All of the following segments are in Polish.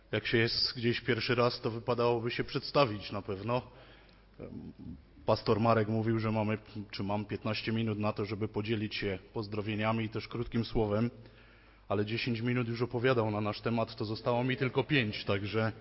Jak się jest gdzieś pierwszy raz, to wypadałoby się przedstawić na pewno. Pastor Marek mówił, że mam 15 minut na to, żeby podzielić się pozdrowieniami i też krótkim słowem, ale 10 minut już opowiadał na nasz temat, to zostało mi tylko 5, także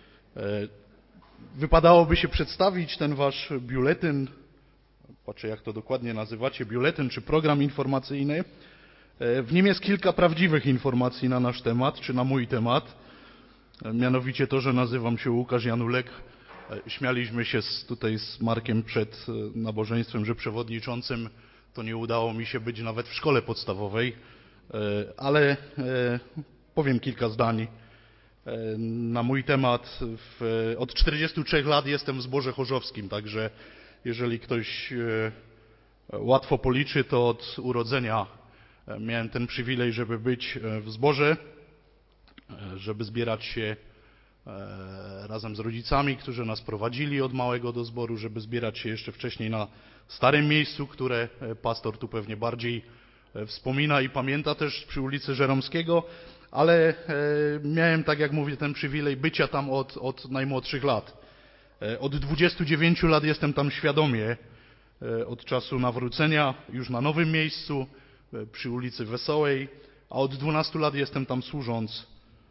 wypadałoby się przedstawić ten wasz biuletyn, patrzę jak to dokładnie nazywacie, biuletyn czy program informacyjny. W nim jest kilka prawdziwych informacji na nasz temat, czy na mój temat. Mianowicie to, że nazywam się Łukasz Janulek. Śmialiśmy się tutaj z Markiem przed nabożeństwem, że przewodniczącym to nie udało mi się być nawet w szkole podstawowej, ale powiem kilka zdań na mój temat. Od 43 lat jestem w zborze chorzowskim, także jeżeli ktoś łatwo policzy, to od urodzenia miałem ten przywilej, żeby być w zborze, żeby zbierać się razem z rodzicami, którzy nas prowadzili od małego do zboru, żeby zbierać się jeszcze wcześniej na starym miejscu, które pastor tu pewnie bardziej wspomina i pamięta też przy ulicy Żeromskiego, ale miałem, tak jak mówię, ten przywilej bycia tam od najmłodszych lat. Od 29 lat jestem tam świadomie, od czasu nawrócenia już na nowym miejscu, przy ulicy Wesołej, a od 12 lat jestem tam służąc.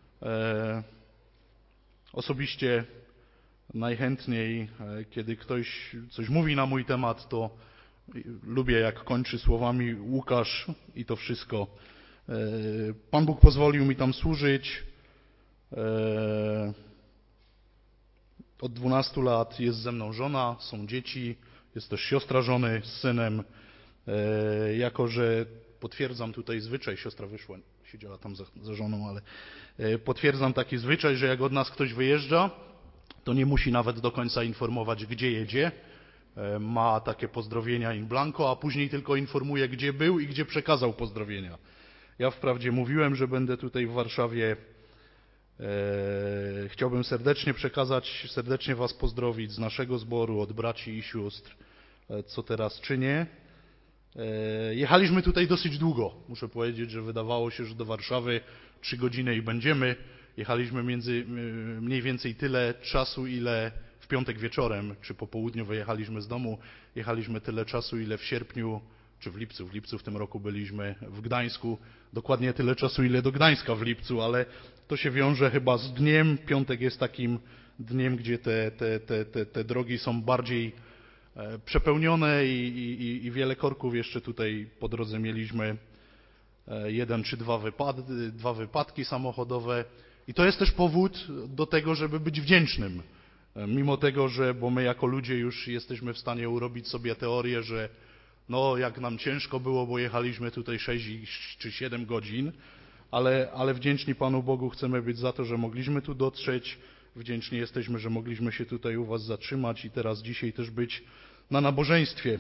Osobiście najchętniej, kiedy ktoś coś mówi na mój temat, to lubię, jak kończy słowami Łukasz i to wszystko. Pan Bóg pozwolił mi tam służyć. Od 12 lat jest ze mną żona, są dzieci, jest też siostra żony z synem. Jako że potwierdzam tutaj zwyczaj, siostra wyszła, siedziała tam za żoną, ale potwierdzam taki zwyczaj, że jak od nas ktoś wyjeżdża, to nie musi nawet do końca informować, gdzie jedzie. Ma takie pozdrowienia in blanco, a później tylko informuje, gdzie był i gdzie przekazał pozdrowienia. Ja wprawdzie mówiłem, że będę tutaj w Warszawie. Chciałbym serdecznie was pozdrowić z naszego zboru, od braci i sióstr, co teraz czynię. Jechaliśmy tutaj dosyć długo. Muszę powiedzieć, że wydawało się, że do Warszawy 3 godziny i będziemy. Jechaliśmy mniej więcej tyle czasu, ile w piątek wieczorem, czy po południu wyjechaliśmy z domu. Jechaliśmy tyle czasu, ile w sierpniu, czy w lipcu. W lipcu w tym roku byliśmy w Gdańsku. Dokładnie tyle czasu, ile do Gdańska w lipcu, ale to się wiąże chyba z dniem. Piątek jest takim dniem, gdzie te drogi są bardziej przepełnione i wiele korków jeszcze tutaj po drodze mieliśmy. 1 czy 2 wypadki samochodowe. I to jest też powód do tego, żeby być wdzięcznym. Mimo tego, bo my jako ludzie już jesteśmy w stanie urobić sobie teorię, że no jak nam ciężko było, bo jechaliśmy tutaj 6 czy 7 godzin, ale wdzięczni Panu Bogu chcemy być za to, że mogliśmy tu dotrzeć. Wdzięczni jesteśmy, że mogliśmy się tutaj u was zatrzymać i teraz dzisiaj też być na nabożeństwie.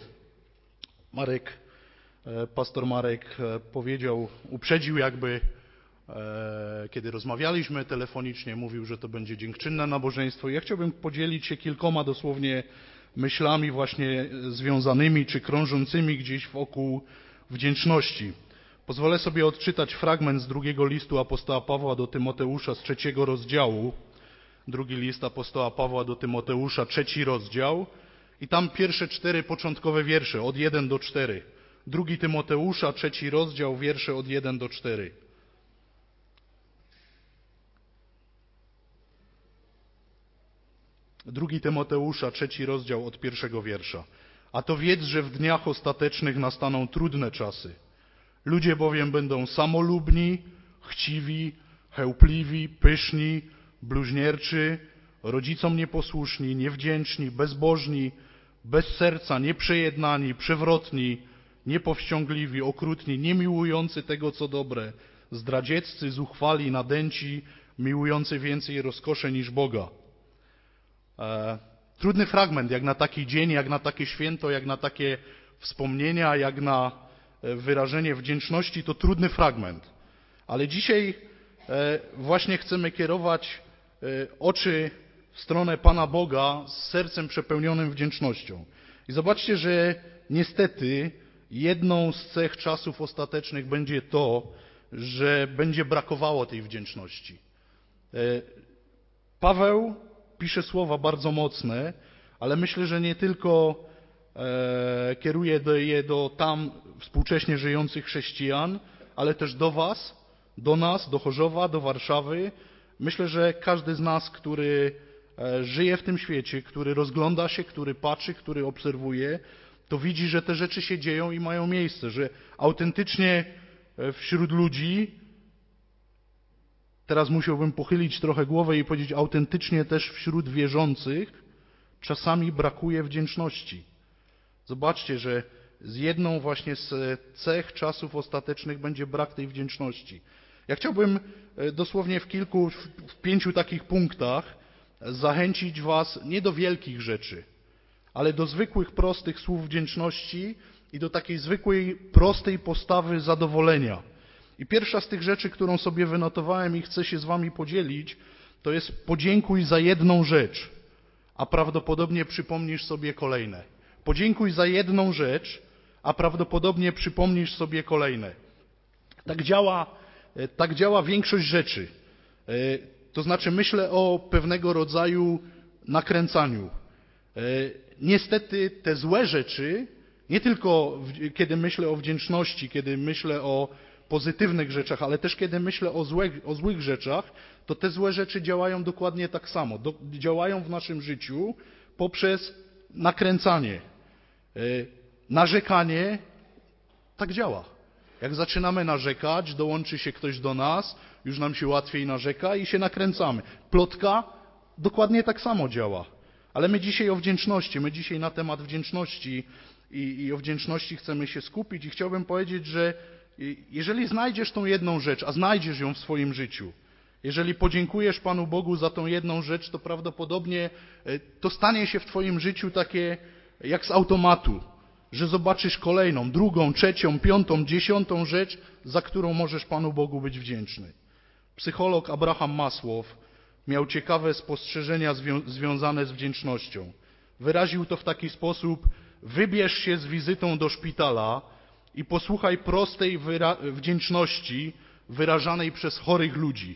Pastor Marek uprzedził jakby, kiedy rozmawialiśmy telefonicznie, mówił, że to będzie dziękczynne nabożeństwo. Ja chciałbym podzielić się kilkoma dosłownie myślami właśnie związanymi czy krążącymi gdzieś wokół wdzięczności. Pozwolę sobie odczytać fragment z 2 listu apostoła Pawła do Tymoteusza z 3 rozdziału. 2 list apostoła Pawła do Tymoteusza, 3 rozdział i tam pierwsze 4 początkowe wiersze, od 1 do 4. 2 Tymoteusza, 3 rozdział, wiersze od 1 do 4. Drugi Tymoteusza, 3 rozdział od 1 wiersza. A to wiedz, że w dniach ostatecznych nastaną trudne czasy. Ludzie bowiem będą samolubni, chciwi, chełpliwi, pyszni, bluźnierczy, rodzicom nieposłuszni, niewdzięczni, bezbożni, bez serca, nieprzejednani, przewrotni, niepowściągliwi, okrutni, niemiłujący tego, co dobre, zdradzieccy, zuchwali, nadęci, miłujący więcej rozkosze niż Boga. Trudny fragment, jak na taki dzień, jak na takie święto, jak na takie wspomnienia, jak na wyrażenie wdzięczności, to trudny fragment. Ale dzisiaj właśnie chcemy kierować oczy w stronę Pana Boga z sercem przepełnionym wdzięcznością. I zobaczcie, że niestety jedną z cech czasów ostatecznych będzie to, że będzie brakowało tej wdzięczności. Paweł pisze słowa bardzo mocne, ale myślę, że nie tylko kieruje je do tam współcześnie żyjących chrześcijan, ale też do was, do nas, do Chorzowa, do Warszawy. Myślę, że każdy z nas, który żyje w tym świecie, który rozgląda się, który patrzy, który obserwuje, to widzi, że te rzeczy się dzieją i mają miejsce, że autentycznie wśród ludzi, teraz musiałbym pochylić trochę głowę i powiedzieć, autentycznie też wśród wierzących czasami brakuje wdzięczności. Zobaczcie, że z jedną właśnie z cech czasów ostatecznych będzie brak tej wdzięczności. Ja chciałbym dosłownie w 5 takich punktach zachęcić was nie do wielkich rzeczy, ale do zwykłych, prostych słów wdzięczności i do takiej zwykłej, prostej postawy zadowolenia. I pierwsza z tych rzeczy, którą sobie wynotowałem i chcę się z wami podzielić, to jest podziękuj za jedną rzecz, a prawdopodobnie przypomnisz sobie kolejne. Podziękuj za jedną rzecz, a prawdopodobnie przypomnisz sobie kolejne. Tak działa większość rzeczy. To znaczy myślę o pewnego rodzaju nakręcaniu. Niestety te złe rzeczy, nie tylko kiedy myślę o wdzięczności, kiedy myślę o pozytywnych rzeczach, ale też kiedy myślę o złych rzeczach, to te złe rzeczy działają dokładnie tak samo. Działają w naszym życiu poprzez nakręcanie. Narzekanie tak działa. Jak zaczynamy narzekać, dołączy się ktoś do nas, już nam się łatwiej narzeka i się nakręcamy. Plotka dokładnie tak samo działa. Ale my dzisiaj o wdzięczności, my dzisiaj na temat wdzięczności i o wdzięczności chcemy się skupić i chciałbym powiedzieć, że jeżeli znajdziesz tą jedną rzecz, a znajdziesz ją w swoim życiu, jeżeli podziękujesz Panu Bogu za tą jedną rzecz, to prawdopodobnie to stanie się w twoim życiu takie jak z automatu, że zobaczysz kolejną, drugą, trzecią, piątą, dziesiątą rzecz, za którą możesz Panu Bogu być wdzięczny. Psycholog Abraham Maslow miał ciekawe spostrzeżenia związane z wdzięcznością. Wyraził to w taki sposób: wybierz się z wizytą do szpitala i posłuchaj prostej wdzięczności wyrażanej przez chorych ludzi,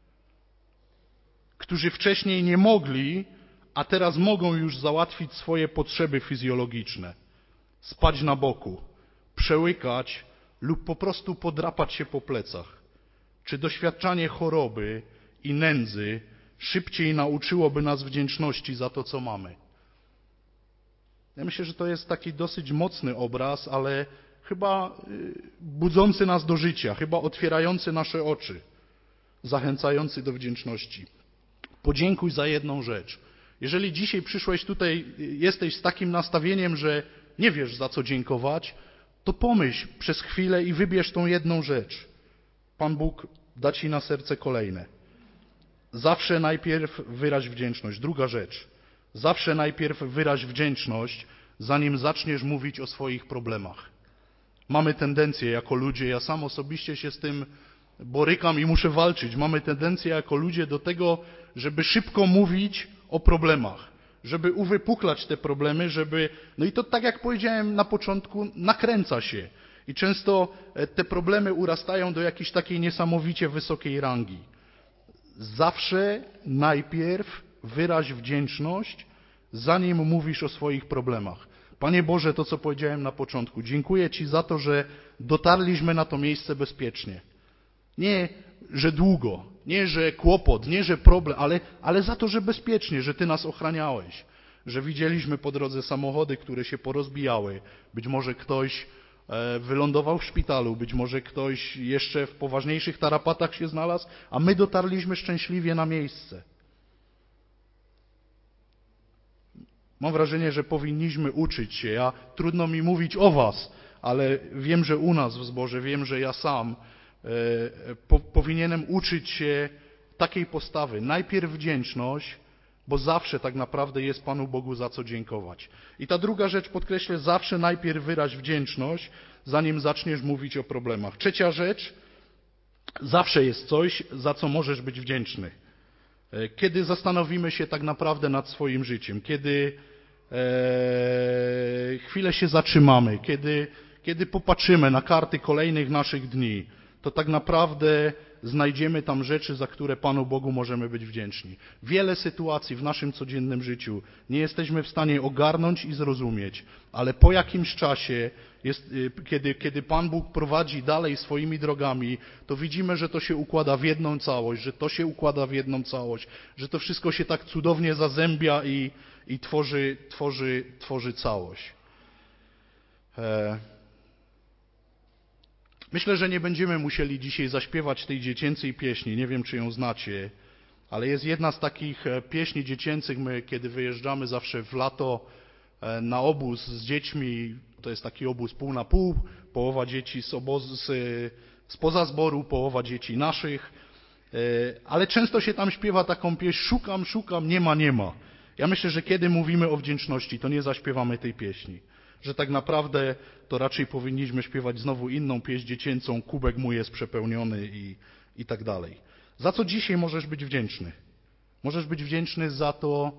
którzy wcześniej nie mogli, a teraz mogą już załatwić swoje potrzeby fizjologiczne. Spać na boku, przełykać lub po prostu podrapać się po plecach. Czy doświadczanie choroby i nędzy szybciej nauczyłoby nas wdzięczności za to, co mamy? Ja myślę, że to jest taki dosyć mocny obraz, ale chyba budzący nas do życia, chyba otwierający nasze oczy, zachęcający do wdzięczności. Podziękuj za jedną rzecz. Jeżeli dzisiaj przyszłeś tutaj, jesteś z takim nastawieniem, że nie wiesz, za co dziękować, to pomyśl przez chwilę i wybierz tą jedną rzecz. Pan Bóg da ci na serce kolejne. Zawsze najpierw wyraź wdzięczność. Druga rzecz. Zawsze najpierw wyraź wdzięczność, zanim zaczniesz mówić o swoich problemach. Mamy tendencję jako ludzie, ja sam osobiście się z tym borykam i muszę walczyć. Mamy tendencję jako ludzie do tego, żeby szybko mówić o problemach, żeby uwypuklać te problemy, no i to tak jak powiedziałem na początku, nakręca się. I często te problemy urastają do jakiejś takiej niesamowicie wysokiej rangi. Zawsze najpierw wyraź wdzięczność, zanim mówisz o swoich problemach. Panie Boże, to co powiedziałem na początku, dziękuję Ci za to, że dotarliśmy na to miejsce bezpiecznie. Nie, że długo, nie, że kłopot, nie, że problem, ale za to, że bezpiecznie, że Ty nas ochraniałeś, że widzieliśmy po drodze samochody, które się porozbijały. Być może ktoś wylądował w szpitalu, być może ktoś jeszcze w poważniejszych tarapatach się znalazł, a my dotarliśmy szczęśliwie na miejsce. Mam wrażenie, że powinniśmy uczyć się. Trudno mi mówić o was, ale wiem, że u nas w zborze, wiem, że ja sam powinienem uczyć się takiej postawy. Najpierw wdzięczność, bo zawsze tak naprawdę jest Panu Bogu za co dziękować. I ta druga rzecz, podkreślę, zawsze najpierw wyraź wdzięczność, zanim zaczniesz mówić o problemach. Trzecia rzecz, zawsze jest coś, za co możesz być wdzięczny. Kiedy zastanowimy się tak naprawdę nad swoim życiem, kiedy chwilę się zatrzymamy, kiedy popatrzymy na karty kolejnych naszych dni, to tak naprawdę znajdziemy tam rzeczy, za które Panu Bogu możemy być wdzięczni. Wiele sytuacji w naszym codziennym życiu nie jesteśmy w stanie ogarnąć i zrozumieć, ale po jakimś czasie, kiedy Pan Bóg prowadzi dalej swoimi drogami, to widzimy, że to się układa w jedną całość, że to się układa w jedną całość, że to wszystko się tak cudownie zazębia i tworzy całość. Myślę, że nie będziemy musieli dzisiaj zaśpiewać tej dziecięcej pieśni. Nie wiem, czy ją znacie, ale jest jedna z takich pieśni dziecięcych. My, kiedy wyjeżdżamy zawsze w lato na obóz z dziećmi, to jest taki obóz pół na pół, połowa dzieci spoza zboru, połowa dzieci naszych, ale często się tam śpiewa taką pieśń: szukam, szukam, nie ma. Ja myślę, że kiedy mówimy o wdzięczności, to nie zaśpiewamy tej pieśni. Że tak naprawdę to raczej powinniśmy śpiewać znowu inną pieśń dziecięcą: kubek mój jest przepełniony i tak dalej. Za co dzisiaj możesz być wdzięczny? Możesz być wdzięczny za to,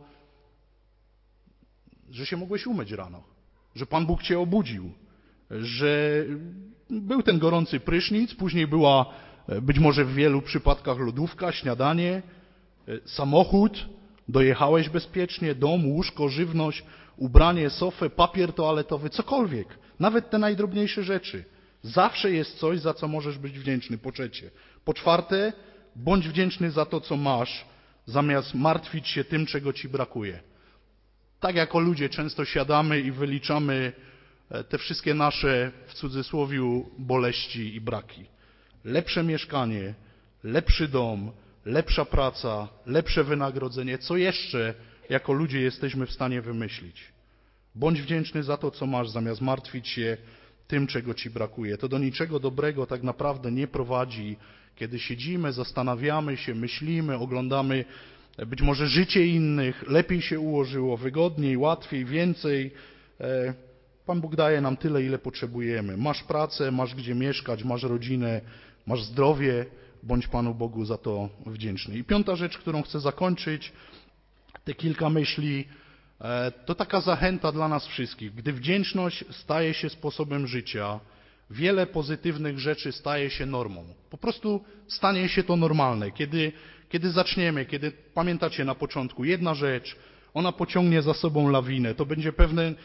że się mogłeś umyć rano, że Pan Bóg cię obudził, że był ten gorący prysznic, później była być może w wielu przypadkach lodówka, śniadanie, samochód, dojechałeś bezpiecznie, dom, łóżko, żywność, ubranie, sofę, papier toaletowy, cokolwiek. Nawet te najdrobniejsze rzeczy. Zawsze jest coś, za co możesz być wdzięczny. Po trzecie. Po czwarte, bądź wdzięczny za to, co masz, zamiast martwić się tym, czego ci brakuje. Tak jako ludzie często siadamy i wyliczamy te wszystkie nasze, w cudzysłowiu, boleści i braki. Lepsze mieszkanie, lepszy dom, lepsza praca, lepsze wynagrodzenie. Co jeszcze jako ludzie jesteśmy w stanie wymyślić? Bądź wdzięczny za to, co masz, zamiast martwić się tym, czego ci brakuje. To do niczego dobrego tak naprawdę nie prowadzi, kiedy siedzimy, zastanawiamy się, myślimy, oglądamy być może życie innych, lepiej się ułożyło, wygodniej, łatwiej, więcej. Pan Bóg daje nam tyle, ile potrzebujemy. Masz pracę, masz gdzie mieszkać, masz rodzinę, masz zdrowie, bądź Panu Bogu za to wdzięczny. I piąta rzecz, którą chcę zakończyć, te kilka myśli, to taka zachęta dla nas wszystkich. Gdy wdzięczność staje się sposobem życia, wiele pozytywnych rzeczy staje się normą. Po prostu stanie się to normalne. Kiedy zaczniemy, kiedy pamiętacie na początku, jedna rzecz, ona pociągnie za sobą lawinę. To będzie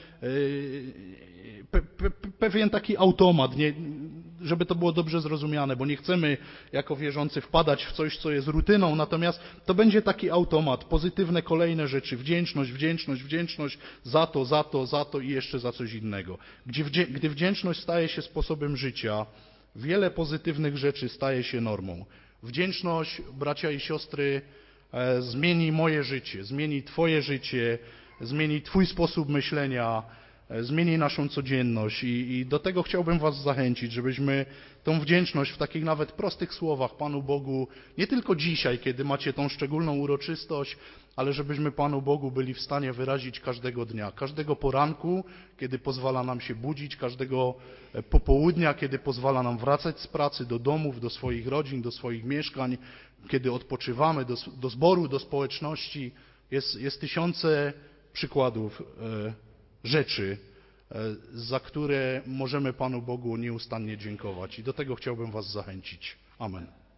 pewien taki automat, żeby to było dobrze zrozumiane, bo nie chcemy jako wierzący wpadać w coś, co jest rutyną, natomiast to będzie taki automat, pozytywne kolejne rzeczy, wdzięczność, wdzięczność, wdzięczność za to i jeszcze za coś innego. Gdy wdzięczność staje się sposobem życia, wiele pozytywnych rzeczy staje się normą. Wdzięczność, bracia i siostry, zmieni moje życie, zmieni Twoje życie, zmieni Twój sposób myślenia, zmieni naszą codzienność i do tego chciałbym Was zachęcić, żebyśmy tą wdzięczność w takich nawet prostych słowach Panu Bogu, nie tylko dzisiaj, kiedy macie tą szczególną uroczystość, ale żebyśmy Panu Bogu byli w stanie wyrazić każdego dnia, każdego poranku, kiedy pozwala nam się budzić, każdego popołudnia, kiedy pozwala nam wracać z pracy do domów, do swoich rodzin, do swoich mieszkań, kiedy odpoczywamy, do zboru, do społeczności. Jest tysiące przykładów rzeczy, za które możemy Panu Bogu nieustannie dziękować. I do tego chciałbym Was zachęcić. Amen.